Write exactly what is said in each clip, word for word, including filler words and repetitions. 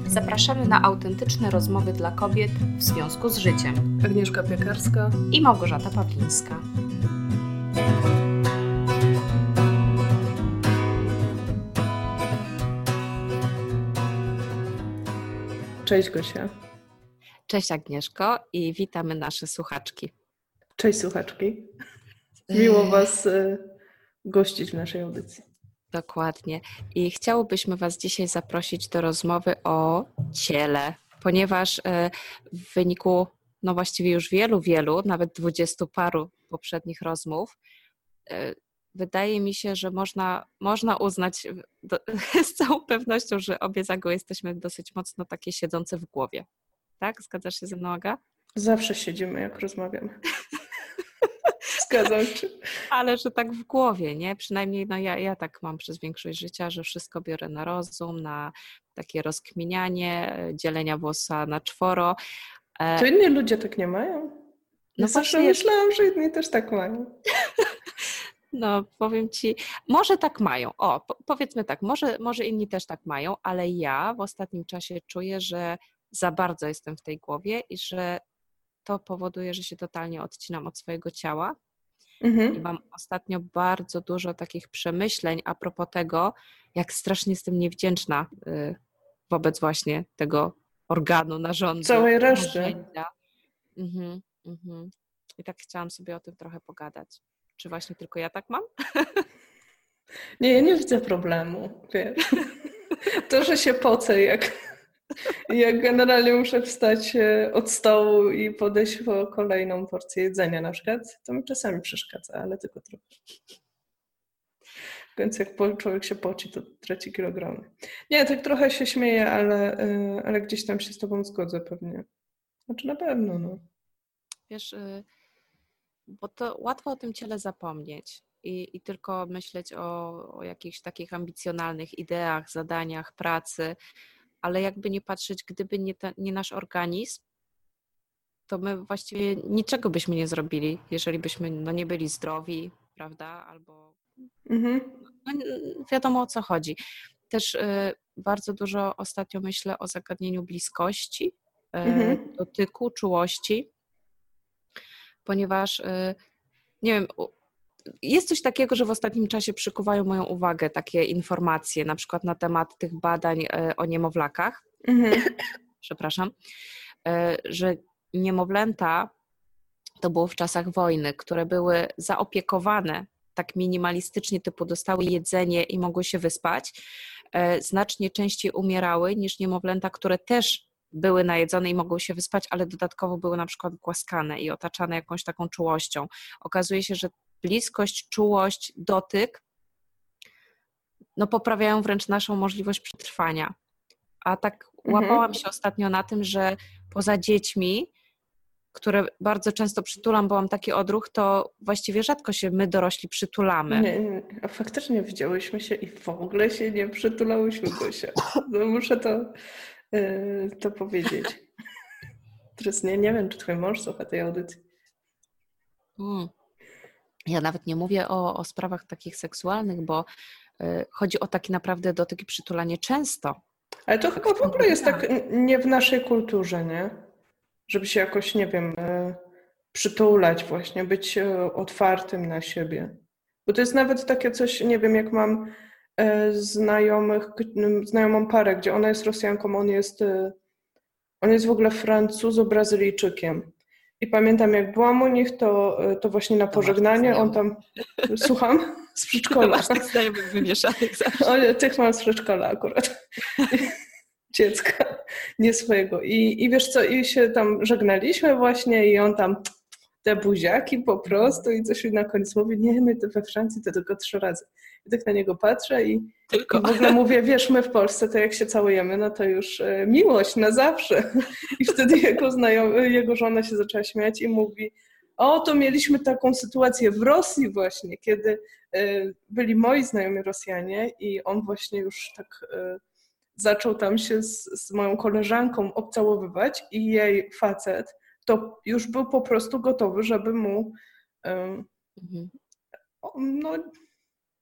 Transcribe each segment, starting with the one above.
Zapraszamy na autentyczne rozmowy dla kobiet w związku z życiem. Agnieszka Piekarska i Małgorzata Pawlińska. Cześć Gosia. Cześć Agnieszko i witamy nasze słuchaczki. Cześć słuchaczki. Miło Was gościć w naszej audycji. Dokładnie. I chciałybyśmy Was dzisiaj zaprosić do rozmowy o ciele, ponieważ w wyniku, no właściwie już wielu, wielu, nawet dwudziestu paru poprzednich rozmów, wydaje mi się, że można, można uznać do, z całą pewnością, że obie z Agą jesteśmy dosyć mocno takie siedzące w głowie. Tak? Zgadzasz się ze mną, Aga? Zawsze siedzimy, jak rozmawiamy. Zgadzam się. Ale że tak w głowie, nie? Przynajmniej no ja, ja tak mam przez większość życia, że wszystko biorę na rozum, na takie rozkminianie, dzielenia włosa na czworo. To inni ludzie tak nie mają? Ja no zawsze właśnie... myślałam, że inni też tak mają. No, powiem Ci, może tak mają. O, po, powiedzmy tak, może, może inni też tak mają, ale ja w ostatnim czasie czuję, że za bardzo jestem w tej głowie i że to powoduje, że się totalnie odcinam od swojego ciała. Mhm. I mam ostatnio bardzo dużo takich przemyśleń a propos tego, jak strasznie jestem niewdzięczna y, wobec właśnie tego organu, narządu. Całej reszty. Mhm, mhm. I tak chciałam sobie o tym trochę pogadać. Czy właśnie tylko ja tak mam? Nie, ja nie widzę problemu, wiesz. To, że się pocę, jak, jak generalnie muszę wstać od stołu i podejść po kolejną porcję jedzenia na przykład, to mi czasami przeszkadza, ale tylko trochę. Więc jak człowiek się poci, to traci kilogramy. Nie, tak trochę się śmieję, ale, ale gdzieś tam się z tobą zgodzę pewnie. Znaczy na pewno, no. Wiesz, bo to łatwo o tym ciele zapomnieć i, i tylko myśleć o, o jakichś takich ambicjonalnych ideach, zadaniach, pracy, ale jakby nie patrzeć, gdyby nie, ta, nie nasz organizm, to my właściwie niczego byśmy nie zrobili, jeżeli byśmy no, nie byli zdrowi, prawda, albo mhm. no, wiadomo o co chodzi. Też y, bardzo dużo ostatnio myślę o zagadnieniu bliskości, y, mhm. dotyku, czułości, ponieważ y, nie wiem, jest coś takiego, że w ostatnim czasie przykuwają moją uwagę takie informacje, na przykład na temat tych badań y, o niemowlakach, mhm. przepraszam, y, że niemowlęta to było w czasach wojny, które były zaopiekowane tak minimalistycznie, typu dostały jedzenie i mogły się wyspać, znacznie częściej umierały niż niemowlęta, które też były najedzone i mogły się wyspać, ale dodatkowo były na przykład głaskane i otaczane jakąś taką czułością. Okazuje się, że bliskość, czułość, dotyk no poprawiają wręcz naszą możliwość przetrwania. A tak łapałam mhm. się ostatnio na tym, że poza dziećmi, które bardzo często przytulam, bo mam taki odruch, to właściwie rzadko się my dorośli przytulamy. Nie, nie, a faktycznie widziałyśmy się i w ogóle się nie przytulałyśmy, Gosia. No muszę to, yy, to powiedzieć. Teraz nie, nie wiem, czy twój mąż słucha tej audycji. Hmm. Ja nawet nie mówię o, o sprawach takich seksualnych, bo yy, chodzi o taki naprawdę dotyk i przytulanie często. Ale to chyba w ogóle jest tak nie w naszej kulturze, nie? Żeby się jakoś, nie wiem, przytulać właśnie, być otwartym na siebie. Bo to jest nawet takie coś, nie wiem, jak mam znajomych, znajomą parę, gdzie ona jest Rosjanką, on jest, on jest w ogóle Francuzo-Brazylijczykiem. I pamiętam, jak byłam u nich, to, to właśnie na pożegnanie, on tam, słucham, z przedszkola. Masz tych znajomych wymieszanych zawsze. O, tych mam z przedszkola akurat. Dziecka, nie swojego. I, I wiesz co, i się tam żegnaliśmy właśnie i on tam te buziaki po prostu i coś mi na koniec mówi, nie, my to we Francji to tylko trzy razy. I tak na niego patrzę i, i w ogóle mówię, wiesz, my w Polsce to jak się całujemy, no to już e, miłość na zawsze. I wtedy jego, znajomy, jego żona się zaczęła śmiać i mówi, o, to mieliśmy taką sytuację w Rosji właśnie, kiedy e, byli moi znajomi Rosjanie i on właśnie już tak... E, zaczął tam się z, z moją koleżanką obcałowywać i jej facet to już był po prostu gotowy, żeby mu um, mhm. no,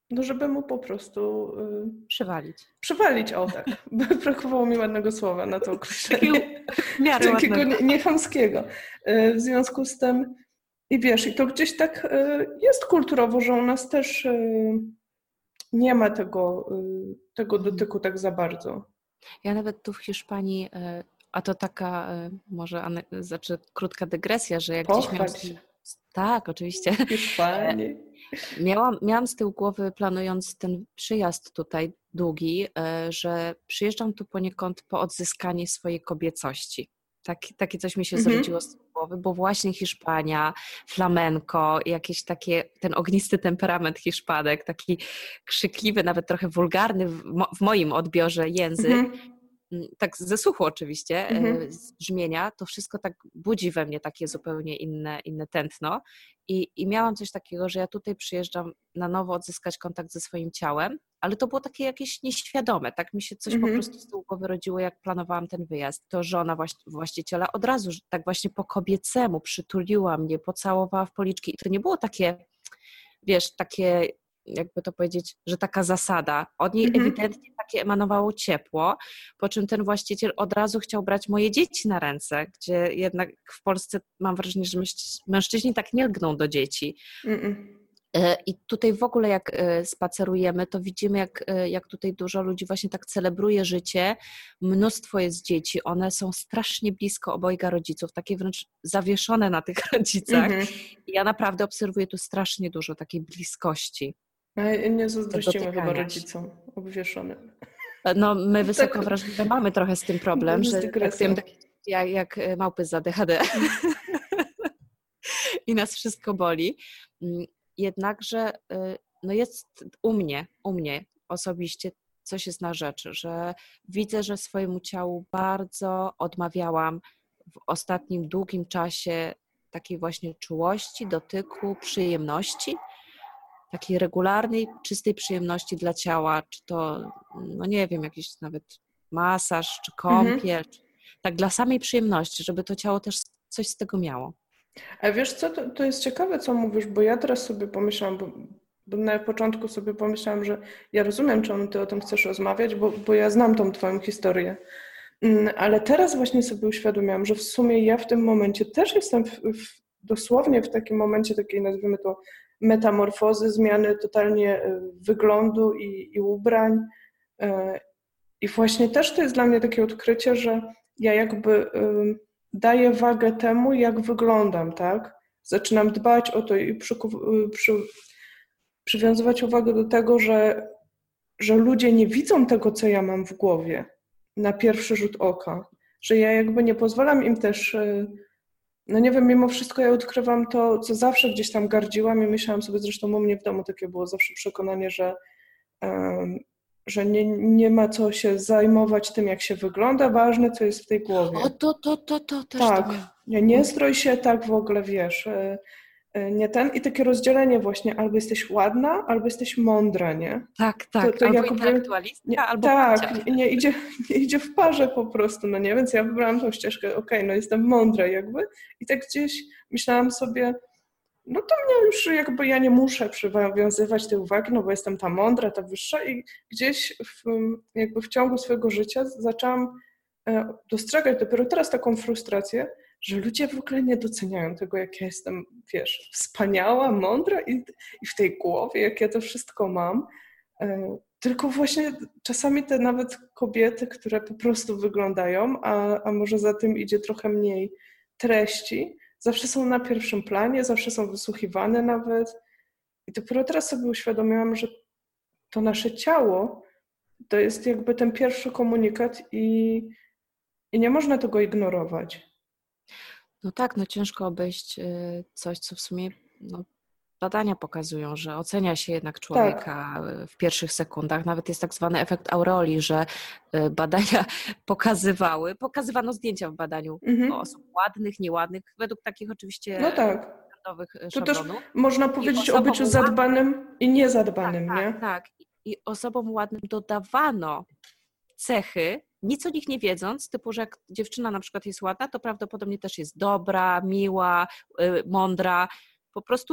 No żeby mu po prostu... Yy, przywalić. Przywalić, o tak. Brakowało mi ładnego słowa na to określenie. Takiego takiego nie, niechamskiego. Yy, w związku z tym i wiesz, i to gdzieś tak yy, jest kulturowo, że u nas też yy, nie ma tego, yy, tego dotyku tak za bardzo. Ja nawet tu w Hiszpanii, a to taka może znaczy krótka dygresja, że jak Pochwać. gdzieś miałam... Tak, oczywiście. W Hiszpanii. Miałam, miałam z tyłu głowy, planując ten przyjazd tutaj długi, że przyjeżdżam tu poniekąd po odzyskanie swojej kobiecości. Tak, takie coś mi się mhm. zrodziło z tyłu głowy, bo właśnie Hiszpania, flamenko, jakieś takie, ten ognisty temperament Hiszpanek, taki krzykliwy, nawet trochę wulgarny w, mo, w moim odbiorze język, mhm. tak ze słuchu oczywiście, mhm. z brzmienia, to wszystko tak budzi we mnie takie zupełnie inne, inne tętno. I, I miałam coś takiego, że ja tutaj przyjeżdżam na nowo odzyskać kontakt ze swoim ciałem, ale to było takie jakieś nieświadome, tak mi się coś mhm. po prostu z tyłu głowy rodziło, jak planowałam ten wyjazd. To żona właś, właściciela od razu tak właśnie po kobiecemu przytuliła mnie, pocałowała w policzki i to nie było takie, wiesz, takie... jakby to powiedzieć, że taka zasada. Od niej mhm. ewidentnie takie emanowało ciepło, po czym ten właściciel od razu chciał brać moje dzieci na ręce, gdzie jednak w Polsce mam wrażenie, że mężczyźni tak nie lgną do dzieci. Mm-mm. I tutaj w ogóle jak spacerujemy, to widzimy, jak, jak tutaj dużo ludzi właśnie tak celebruje życie. Mnóstwo jest dzieci, one są strasznie blisko obojga rodziców, takie wręcz zawieszone na tych rodzicach. Mm-hmm. I ja naprawdę obserwuję tu strasznie dużo takiej bliskości. Nie zazdrościmy chyba rodzicom obwieszonym. No my wysoko tak. wrażliwe mamy trochę z tym problem, że traktujemy tak jak, jak małpy z A D H D i nas wszystko boli. Jednakże no jest u mnie, u mnie osobiście coś jest na rzeczy, że widzę, że swojemu ciału bardzo odmawiałam w ostatnim długim czasie takiej właśnie czułości, dotyku, przyjemności, takiej regularnej, czystej przyjemności dla ciała, czy to, no nie wiem, jakiś nawet masaż, czy kąpiel, mhm. tak dla samej przyjemności, żeby to ciało też coś z tego miało. A wiesz co, to, to jest ciekawe, co mówisz, bo ja teraz sobie pomyślałam, bo, bo na początku sobie pomyślałam, że ja rozumiem, czemu ty o tym chcesz rozmawiać, bo, bo ja znam tą twoją historię, ale teraz właśnie sobie uświadomiłam, że w sumie ja w tym momencie też jestem w, w, dosłownie w takim momencie takiej, nazwijmy to, metamorfozy, zmiany totalnie wyglądu i, i ubrań. I właśnie też to jest dla mnie takie odkrycie, że ja jakby daję wagę temu, jak wyglądam, tak? Zaczynam dbać o to i przy, przy, przywiązywać uwagę do tego, że, że ludzie nie widzą tego, co ja mam w głowie na pierwszy rzut oka. Że ja jakby nie pozwalam im też... No nie wiem, mimo wszystko ja odkrywam to, co zawsze gdzieś tam gardziłam i myślałam sobie, zresztą u mnie w domu takie było zawsze przekonanie, że, um, że nie, nie ma co się zajmować tym, jak się wygląda, ważne, co jest w tej głowie. O, to, to, to, to też tak, to nie, nie stroj się tak w ogóle, wiesz, nie ten i takie rozdzielenie właśnie, albo jesteś ładna, albo jesteś mądra, nie? Tak, tak, to, to albo jakby, intelektualistka, nie, albo tak, nie idzie, nie idzie w parze po prostu, no nie, więc ja wybrałam tą ścieżkę, okej, okay, no jestem mądra jakby i tak gdzieś myślałam sobie, no to mnie już jakby ja nie muszę przywiązywać tej uwagi, no bo jestem ta mądra, ta wyższa i gdzieś w, jakby w ciągu swojego życia zaczęłam dostrzegać dopiero teraz taką frustrację, że ludzie w ogóle nie doceniają tego, jak ja jestem, wiesz, wspaniała, mądra i, i w tej głowie, jak ja to wszystko mam. Tylko właśnie czasami te nawet kobiety, które po prostu wyglądają, a, a może za tym idzie trochę mniej treści, zawsze są na pierwszym planie, zawsze są wysłuchiwane nawet. I dopiero teraz sobie uświadomiłam, że to nasze ciało to jest jakby ten pierwszy komunikat i, i nie można tego ignorować. No tak, no ciężko obejść coś, co w sumie no, badania pokazują, że ocenia się jednak człowieka tak. w pierwszych sekundach. Nawet jest tak zwany efekt aureoli, że badania pokazywały, pokazywano zdjęcia w badaniu mhm. osób ładnych, nieładnych, według takich oczywiście no tak. standardowych to szablonów. Też można powiedzieć o byciu zadbanym i niezadbanym, tak, nie? Tak, tak. I osobom ładnym dodawano cechy, nic o nich nie wiedząc, typu, że jak dziewczyna na przykład jest ładna, to prawdopodobnie też jest dobra, miła, yy, mądra. Po prostu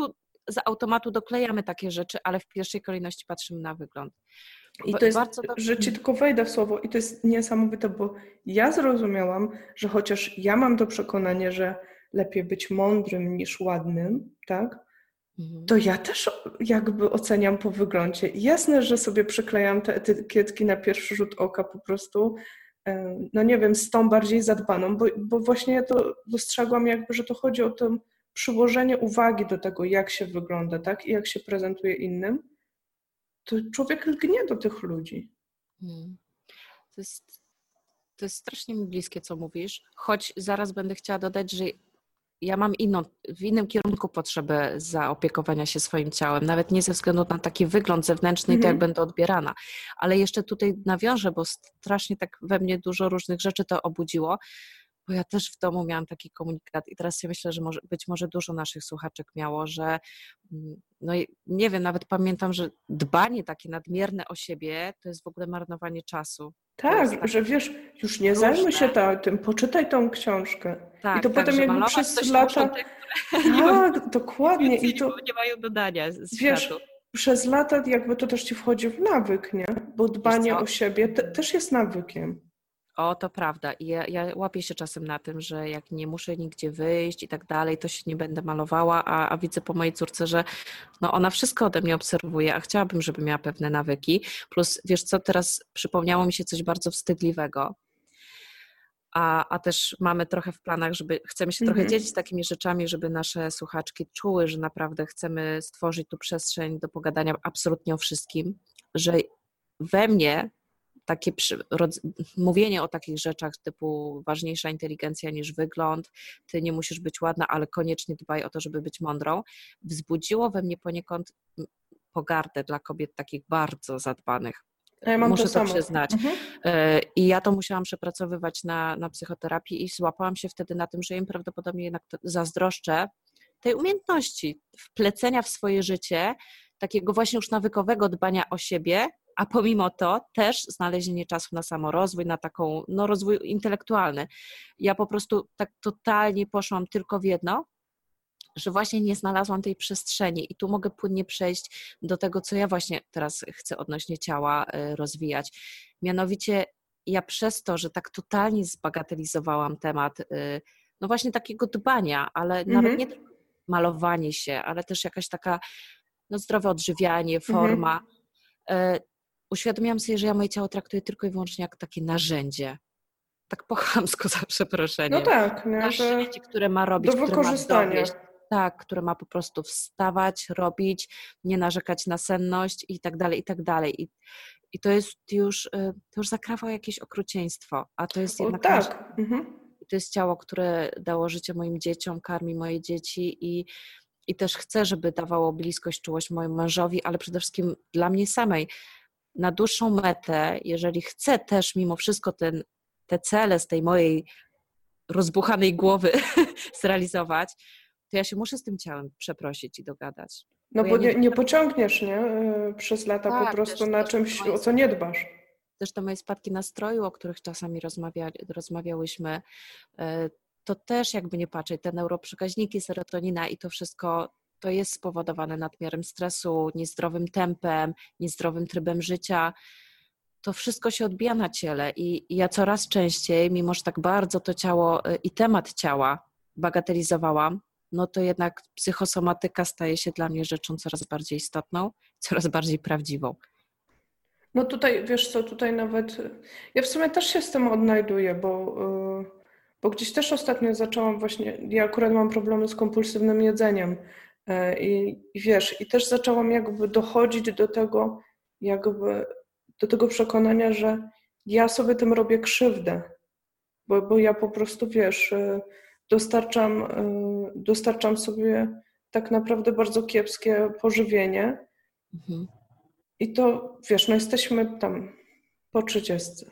z automatu doklejamy takie rzeczy, ale w pierwszej kolejności patrzymy na wygląd. I to jest, Bardzo to... że ci tylko wejdę w słowo i to jest niesamowite, bo ja zrozumiałam, że chociaż ja mam to przekonanie, że lepiej być mądrym niż ładnym, tak? Mhm. To ja też jakby oceniam po wyglądzie. Jasne, że sobie przyklejam te etykietki na pierwszy rzut oka po prostu, no nie wiem, z tą bardziej zadbaną, bo, bo właśnie ja to dostrzegłam jakby, że to chodzi o to przyłożenie uwagi do tego, jak się wygląda, tak? I jak się prezentuje innym. To człowiek lgnie do tych ludzi. Hmm. To jest, to jest strasznie mi bliskie, co mówisz, choć zaraz będę chciała dodać, że ja mam inną, w innym kierunku potrzebę zaopiekowania się swoim ciałem, nawet nie ze względu na taki wygląd zewnętrzny i to, jak będę odbierana, ale jeszcze tutaj nawiążę, bo strasznie tak we mnie dużo różnych rzeczy to obudziło, bo ja też w domu miałam taki komunikat i teraz sobie myślę, że może, być może dużo naszych słuchaczek miało, że no nie wiem, nawet pamiętam, że dbanie takie nadmierne o siebie to jest w ogóle marnowanie czasu. Tak, tak, że wiesz, już nie różne. Zajmuj się ta, tym, poczytaj tą książkę. Tak, i to tak, potem jakby przez lata... Te, tak, dokładnie. I to nie mają dodania z wiesz, światu. Przez lata jakby to też ci wchodzi w nawyk, nie? Bo dbanie o siebie te, też jest nawykiem. O, to prawda. I ja, ja łapię się czasem na tym, że jak nie muszę nigdzie wyjść i tak dalej, to się nie będę malowała, a, a widzę po mojej córce, że no ona wszystko ode mnie obserwuje, a chciałabym, żeby miała pewne nawyki. Plus, wiesz co, teraz przypomniało mi się coś bardzo wstydliwego, a, a też mamy trochę w planach, żeby chcemy się mm-hmm. trochę dzielić takimi rzeczami, żeby nasze słuchaczki czuły, że naprawdę chcemy stworzyć tu przestrzeń do pogadania absolutnie o wszystkim, że we mnie takie przy, rodz, mówienie o takich rzeczach typu ważniejsza inteligencja niż wygląd, ty nie musisz być ładna, ale koniecznie dbaj o to, żeby być mądrą, wzbudziło we mnie poniekąd pogardę dla kobiet takich bardzo zadbanych. Ja mam Muszę to, to samo. przyznać. Mhm. I ja to musiałam przepracowywać na, na psychoterapii i złapałam się wtedy na tym, że im prawdopodobnie jednak zazdroszczę tej umiejętności wplecenia w swoje życie takiego właśnie już nawykowego dbania o siebie, a pomimo to też znalezienie czasu na samorozwój, na taką, no rozwój intelektualny. Ja po prostu tak totalnie poszłam tylko w jedno, że właśnie nie znalazłam tej przestrzeni i tu mogę płynnie przejść do tego, co ja właśnie teraz chcę odnośnie ciała rozwijać. Mianowicie ja przez to, że tak totalnie zbagatelizowałam temat, no właśnie takiego dbania, ale mhm. nawet nie tylko malowanie się, ale też jakaś taka no zdrowe odżywianie, forma, mhm. uświadomiłam sobie, że ja moje ciało traktuję tylko i wyłącznie jako takie narzędzie. Tak po chamsku, za przeproszeniem. No tak. Nie, narzędzie, które ma robić, do które wykorzystania. ma dowieść. Tak, które ma po prostu wstawać, robić, nie narzekać na senność i tak dalej, i tak dalej. I, i to jest już, to już zakrawa jakieś okrucieństwo, a to jest jednak o, tak. Mhm. to jest ciało, które dało życie moim dzieciom, karmi moje dzieci i, i też chcę, żeby dawało bliskość, czułość mojemu mężowi, ale przede wszystkim dla mnie samej. Na dłuższą metę, jeżeli chcę też mimo wszystko ten, te cele z tej mojej rozbuchanej głowy zrealizować, to ja się muszę z tym ciałem przeprosić i dogadać. No bo, bo ja nie, nie pociągniesz, nie? Przez lata tak, po prostu na czymś, moje, o co nie dbasz. Też te moje spadki nastroju, o których czasami rozmawia, rozmawiałyśmy, to też jakby nie patrzeć, te neuroprzekaźniki, serotonina i to wszystko, to jest spowodowane nadmiarem stresu, niezdrowym tempem, niezdrowym trybem życia. To wszystko się odbija na ciele i, i ja coraz częściej, mimo że tak bardzo to ciało i temat ciała bagatelizowałam, no to jednak psychosomatyka staje się dla mnie rzeczą coraz bardziej istotną, coraz bardziej prawdziwą. No tutaj, wiesz co, tutaj nawet, ja w sumie też się z tym odnajduję, bo, bo gdzieś też ostatnio zaczęłam właśnie, ja akurat mam problemy z kompulsywnym jedzeniem i, i wiesz, i też zaczęłam jakby dochodzić do tego, jakby do tego przekonania, że ja sobie tym robię krzywdę, bo, bo ja po prostu, wiesz, dostarczam, dostarczam sobie tak naprawdę bardzo kiepskie pożywienie. Mhm. I to, wiesz, no jesteśmy tam po trzydziestce,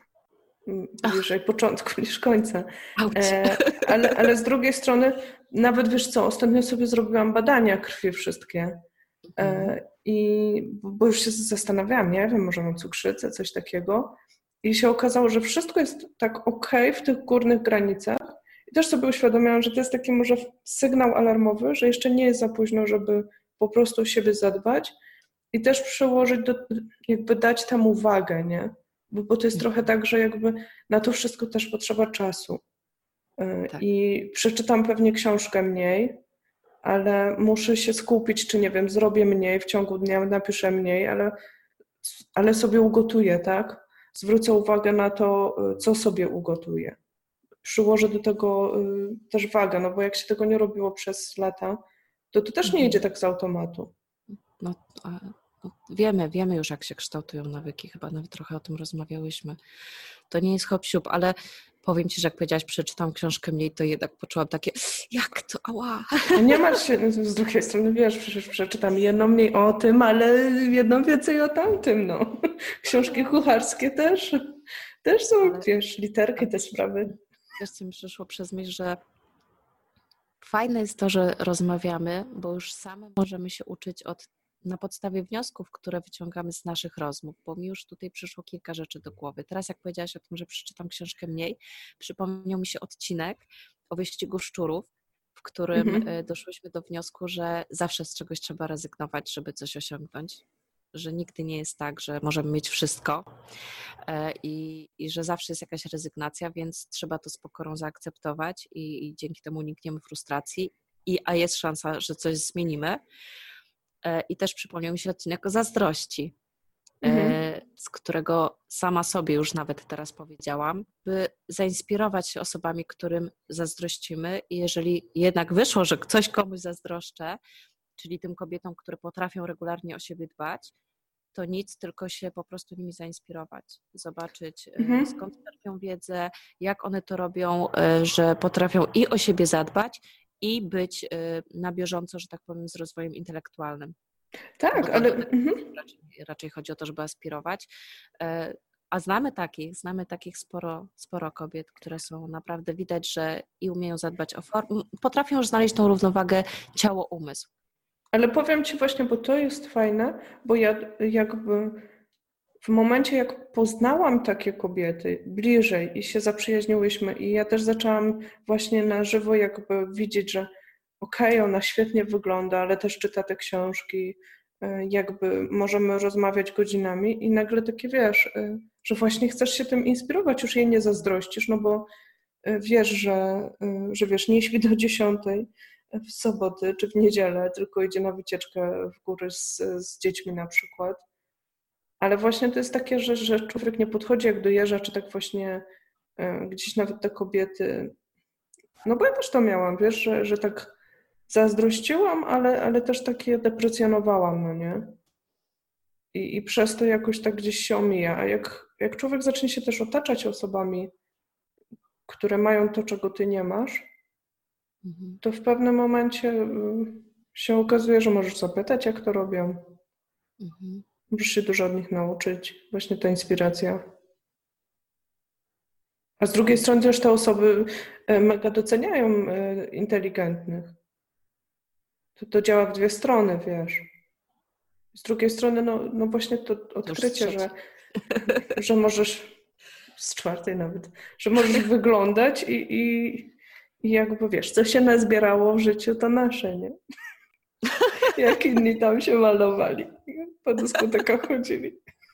bliżej początku niż końca. E, ale, ale z drugiej strony, nawet wiesz co, ostatnio sobie zrobiłam badania krwi wszystkie e, i bo już się zastanawiałam, nie wiem, może mam cukrzycę, coś takiego i się okazało, że wszystko jest tak okej w tych górnych granicach i też sobie uświadomiłam, że to jest taki może sygnał alarmowy, że jeszcze nie jest za późno, żeby po prostu o siebie zadbać i też przełożyć, do, jakby dać temu wagę, nie? Bo, bo to jest trochę tak, że jakby na to wszystko też potrzeba czasu. Tak. I przeczytam pewnie książkę mniej, ale muszę się skupić, czy nie wiem, zrobię mniej w ciągu dnia, napiszę mniej, ale, ale sobie ugotuję, tak? Zwrócę uwagę na to, co sobie ugotuję. Przyłożę do tego też wagę, no bo jak się tego nie robiło przez lata, to to też nie idzie tak z automatu. No, no wiemy, wiemy już, jak się kształtują nawyki, chyba nawet trochę o tym rozmawiałyśmy. To nie jest hop-siup, ale powiem Ci, że jak powiedziałaś, przeczytam książkę mniej, to jednak poczułam takie, jak to, ała. A nie masz się, z drugiej strony, wiesz, przecież przeczytam jedną mniej o tym, ale jedną więcej o tamtym, no. Książki kucharskie też, też są, ale, wiesz, literki, te sprawy. Wiesz, co mi przyszło przez myśl, że fajne jest to, że rozmawiamy, bo już same możemy się uczyć od na podstawie wniosków, które wyciągamy z naszych rozmów, bo mi już tutaj przyszło kilka rzeczy do głowy. Teraz jak powiedziałaś o tym, że przeczytam książkę mniej, przypomniał mi się odcinek o wyścigu szczurów, w którym mhm. doszłyśmy do wniosku, że zawsze z czegoś trzeba rezygnować, żeby coś osiągnąć, że nigdy nie jest tak, że możemy mieć wszystko i, i że zawsze jest jakaś rezygnacja, więc trzeba to z pokorą zaakceptować i, i dzięki temu unikniemy frustracji, i, a jest szansa, że coś zmienimy. I też przypomniał mi się odcinek o zazdrości, mhm. z którego sama sobie już nawet teraz powiedziałam, by zainspirować się osobami, którym zazdrościmy, i jeżeli jednak wyszło, że coś komuś zazdroszczę, czyli tym kobietom, które potrafią regularnie o siebie dbać, to nic, tylko się po prostu nimi zainspirować, zobaczyć mhm. skąd czerpią wiedzę, jak one to robią, że potrafią i o siebie zadbać, i być na bieżąco, że tak powiem, z rozwojem intelektualnym. Tak, to, ale... To, to raczej, raczej chodzi o to, żeby aspirować. A znamy takich, znamy takich sporo, sporo kobiet, które są naprawdę, widać, że i umieją zadbać o formę, potrafią już znaleźć tą równowagę ciało-umysł. Ale powiem Ci właśnie, bo to jest fajne, bo ja jakby w momencie, jak poznałam takie kobiety bliżej i się zaprzyjaźniłyśmy, i ja też zaczęłam właśnie na żywo jakby widzieć, że okej, okay, ona świetnie wygląda, ale też czyta te książki, jakby możemy rozmawiać godzinami, i nagle takie, wiesz, że właśnie chcesz się tym inspirować, już jej nie zazdrościsz, no bo wiesz, że, że wiesz, nie śpi do dziesiątej w soboty czy w niedzielę, tylko idzie na wycieczkę w góry z, z dziećmi na przykład. Ale właśnie to jest takie, że, że człowiek nie podchodzi jak do jeża, czy tak właśnie y, gdzieś nawet te kobiety, no bo ja też to miałam, wiesz, że, że tak zazdrościłam, ale, ale też takie deprecjonowałam, no nie? I, i przez to jakoś tak gdzieś się omija. A jak, jak człowiek zacznie się też otaczać osobami, które mają to, czego ty nie masz, mhm. to w pewnym momencie y, się okazuje, że możesz zapytać, jak to robią. Mhm. Możesz się dużo od nich nauczyć. Właśnie ta inspiracja. A z drugiej strony też te osoby mega doceniają inteligentnych. To, to działa w dwie strony, wiesz. Z drugiej strony, no, no właśnie to odkrycie, że, że możesz, z czwartej nawet, że możesz wyglądać i, i, i jakby, wiesz, co się nazbierało w życiu, to nasze, nie? Jak inni tam się malowali. Po dyskotekach chodzili.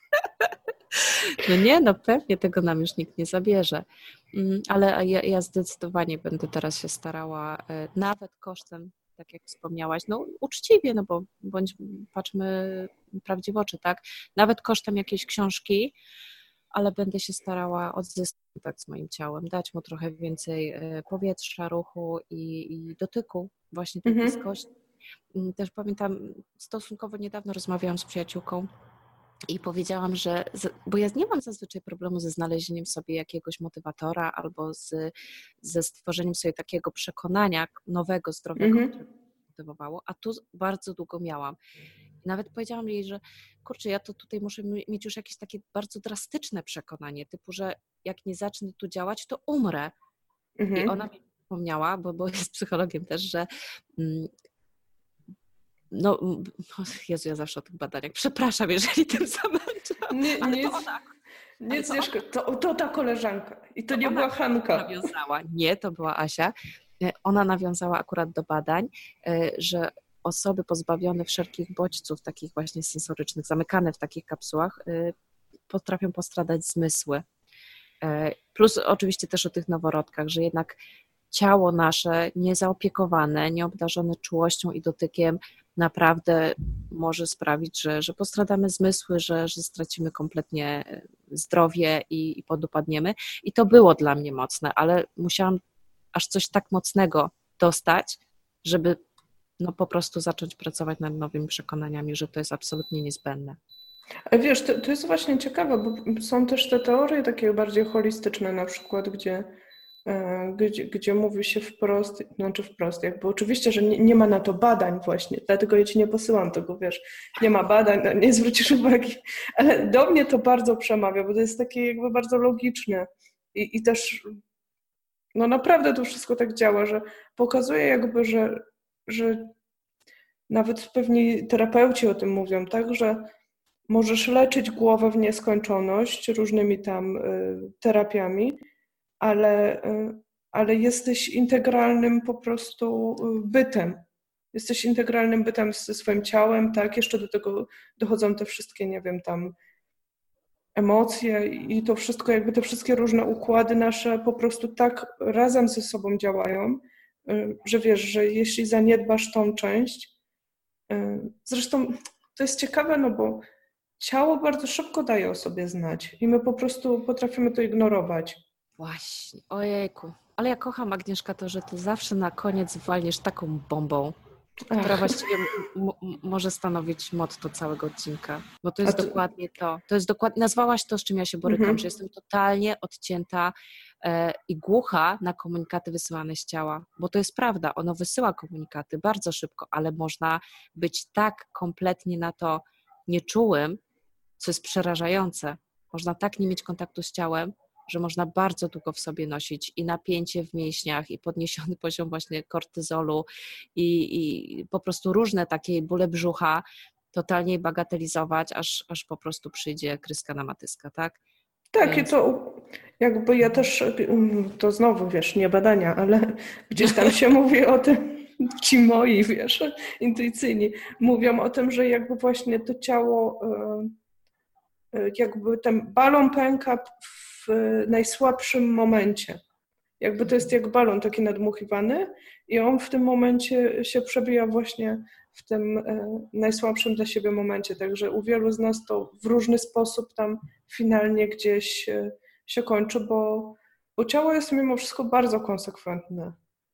No nie, no pewnie tego nam już nikt nie zabierze. Ale ja, ja zdecydowanie będę teraz się starała, nawet kosztem, tak jak wspomniałaś, no uczciwie, no bo bądź patrzmy prawdzie w oczy, tak? Nawet kosztem jakiejś książki, ale będę się starała odzyskać kontakt z moim ciałem, dać mu trochę więcej powietrza, ruchu i, i dotyku, właśnie tej mhm. bliskości. Też pamiętam, stosunkowo niedawno rozmawiałam z przyjaciółką i powiedziałam, że, bo ja nie mam zazwyczaj problemu ze znalezieniem sobie jakiegoś motywatora albo z, ze stworzeniem sobie takiego przekonania nowego, zdrowego, mm-hmm. które mnie motywowało, a tu bardzo długo miałam. I nawet powiedziałam jej, że kurczę, ja to tutaj muszę mieć już jakieś takie bardzo drastyczne przekonanie, typu, że jak nie zacznę tu działać, to umrę. Mm-hmm. I ona mi wspomniała, bo, bo jest psychologiem też, że mm, no, Jezu, ja zawsze o tych badaniach, przepraszam, jeżeli tym zamęczam. Nie, ale nic, to ona, nic, ale to, ona, to, to ta koleżanka i to, to nie była Hanka. Nawiązała. Nie, to była Asia. Ona nawiązała akurat do badań, że osoby pozbawione wszelkich bodźców, takich właśnie sensorycznych, zamykane w takich kapsułach, potrafią postradać zmysły. Plus oczywiście też o tych noworodkach, że jednak ciało nasze niezaopiekowane, nieobdarzone czułością i dotykiem naprawdę może sprawić, że, że postradamy zmysły, że, że stracimy kompletnie zdrowie i, i podupadniemy. I to było dla mnie mocne, ale musiałam aż coś tak mocnego dostać, żeby no po prostu zacząć pracować nad nowymi przekonaniami, że to jest absolutnie niezbędne. Ale wiesz, to, to jest właśnie ciekawe, bo są też te teorie takie bardziej holistyczne, na przykład, gdzie, gdzie, gdzie mówi się wprost, znaczy wprost, jakby oczywiście, że nie, nie ma na to badań właśnie, dlatego ja ci nie posyłam tego, wiesz, nie ma badań, no nie zwrócisz uwagi, ale do mnie to bardzo przemawia, bo to jest takie jakby bardzo logiczne i, i też no naprawdę to wszystko tak działa, że pokazuje jakby, że, że nawet pewni terapeuci o tym mówią, tak, że możesz leczyć głowę w nieskończoność różnymi tam y, terapiami, ale, y, ale jesteś integralnym po prostu bytem. Jesteś integralnym bytem ze swoim ciałem, tak? Jeszcze do tego dochodzą te wszystkie, nie wiem, tam emocje i to wszystko, jakby te wszystkie różne układy nasze po prostu tak razem ze sobą działają, y, że wiesz, że jeśli zaniedbasz tą część, y, zresztą to jest ciekawe, no bo ciało bardzo szybko daje o sobie znać i my po prostu potrafimy to ignorować. Właśnie, ojejku. Ale ja kocham, Agnieszka, to, że ty zawsze na koniec walniesz taką bombą, Ach. która właściwie m- m- może stanowić motto całego odcinka. Bo to jest to... dokładnie to. To jest dokładnie, nazwałaś to, z czym ja się borykam, mhm. że jestem totalnie odcięta e, i głucha na komunikaty wysyłane z ciała. Bo to jest prawda, ono wysyła komunikaty bardzo szybko, ale można być tak kompletnie na to nieczułym, co jest przerażające. Można tak nie mieć kontaktu z ciałem, że można bardzo długo w sobie nosić i napięcie w mięśniach, i podniesiony poziom właśnie kortyzolu, i, i po prostu różne takie bóle brzucha, totalnie bagatelizować, aż, aż po prostu przyjdzie kryska na matyska, tak? Tak, Więc... i to jakby ja też, to znowu, wiesz, nie badania, ale gdzieś tam się mówi o tym, ci moi, wiesz, intuicyjni, mówią o tym, że jakby właśnie to ciało, jakby ten balon pęka w najsłabszym momencie. Jakby to jest jak balon taki nadmuchiwany i on w tym momencie się przebija właśnie w tym najsłabszym dla siebie momencie. Także u wielu z nas to w różny sposób tam finalnie gdzieś się kończy, bo, bo ciało jest mimo wszystko bardzo konsekwentne.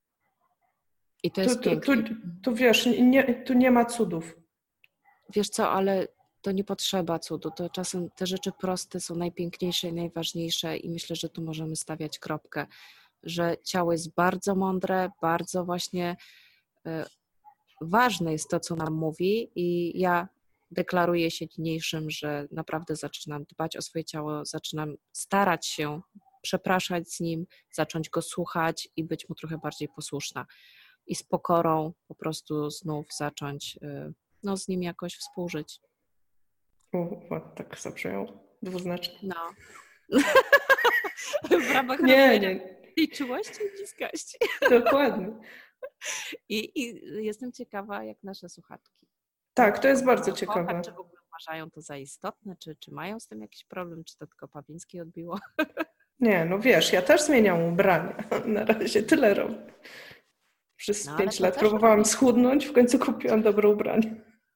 I to jest tu, tu, tu, tu wiesz, nie, tu nie ma cudów. Wiesz co, ale to nie potrzeba cudu. To czasem te rzeczy proste są najpiękniejsze i najważniejsze i myślę, że tu możemy stawiać kropkę, że ciało jest bardzo mądre, bardzo właśnie y, ważne jest to, co nam mówi i ja deklaruję się niniejszym, że naprawdę zaczynam dbać o swoje ciało, zaczynam starać się przepraszać z nim, zacząć go słuchać i być mu trochę bardziej posłuszna. I z pokorą po prostu znów zacząć no, z nim jakoś współżyć. O, tak zabrzmiało dwuznacznie. No. W ramach nie, nie. I czułości i bliskości. Dokładnie. I, I jestem ciekawa, jak nasze słuchaczki. Tak, to jest bardzo ciekawe. Czy w ogóle uważają to za istotne, czy, czy mają z tym jakiś problem, czy to tylko Pawliński odbiło? Nie, no wiesz, ja też zmieniam ubrania. Na razie tyle robię. Przez no, pięć lat próbowałam robię. schudnąć, w końcu kupiłam dobre ubranie.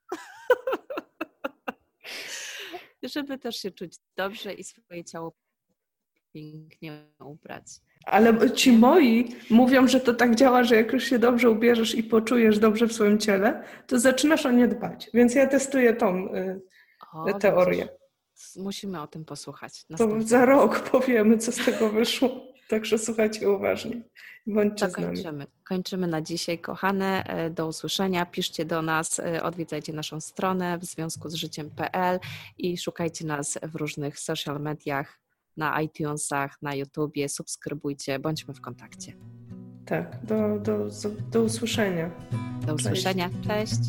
Żeby też się czuć dobrze i swoje ciało pięknie ubrać. Ale ci moi mówią, że to tak działa, że jak już się dobrze ubierzesz i poczujesz dobrze w swoim ciele, to zaczynasz o nie dbać. Więc ja testuję tą y, o, teorię. Musimy o tym posłuchać. To za rok powiemy, co z tego wyszło. Także słuchajcie uważnie. Bądźcie z nami. Kończymy. Kończymy na dzisiaj, kochane. Do usłyszenia. Piszcie do nas, odwiedzajcie naszą stronę w związku z życiem kropka pe el i szukajcie nas w różnych social mediach, na iTunesach, na YouTubie. Subskrybujcie, bądźmy w kontakcie. Tak, do, do, do usłyszenia. Do usłyszenia. Cześć. Cześć.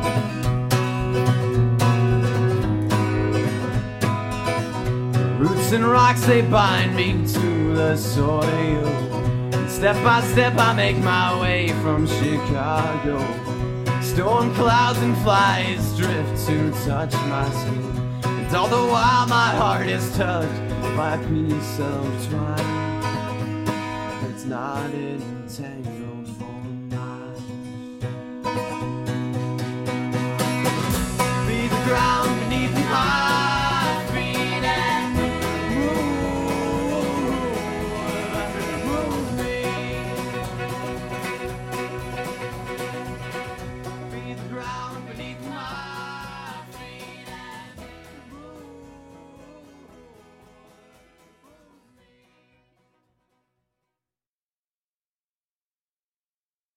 Roots and rocks, they bind me to the soil. And step by step I make my way from Chicago. Storm clouds and flies drift to touch my skin. And all the while my heart is touched by a piece of twine. It's not entangled.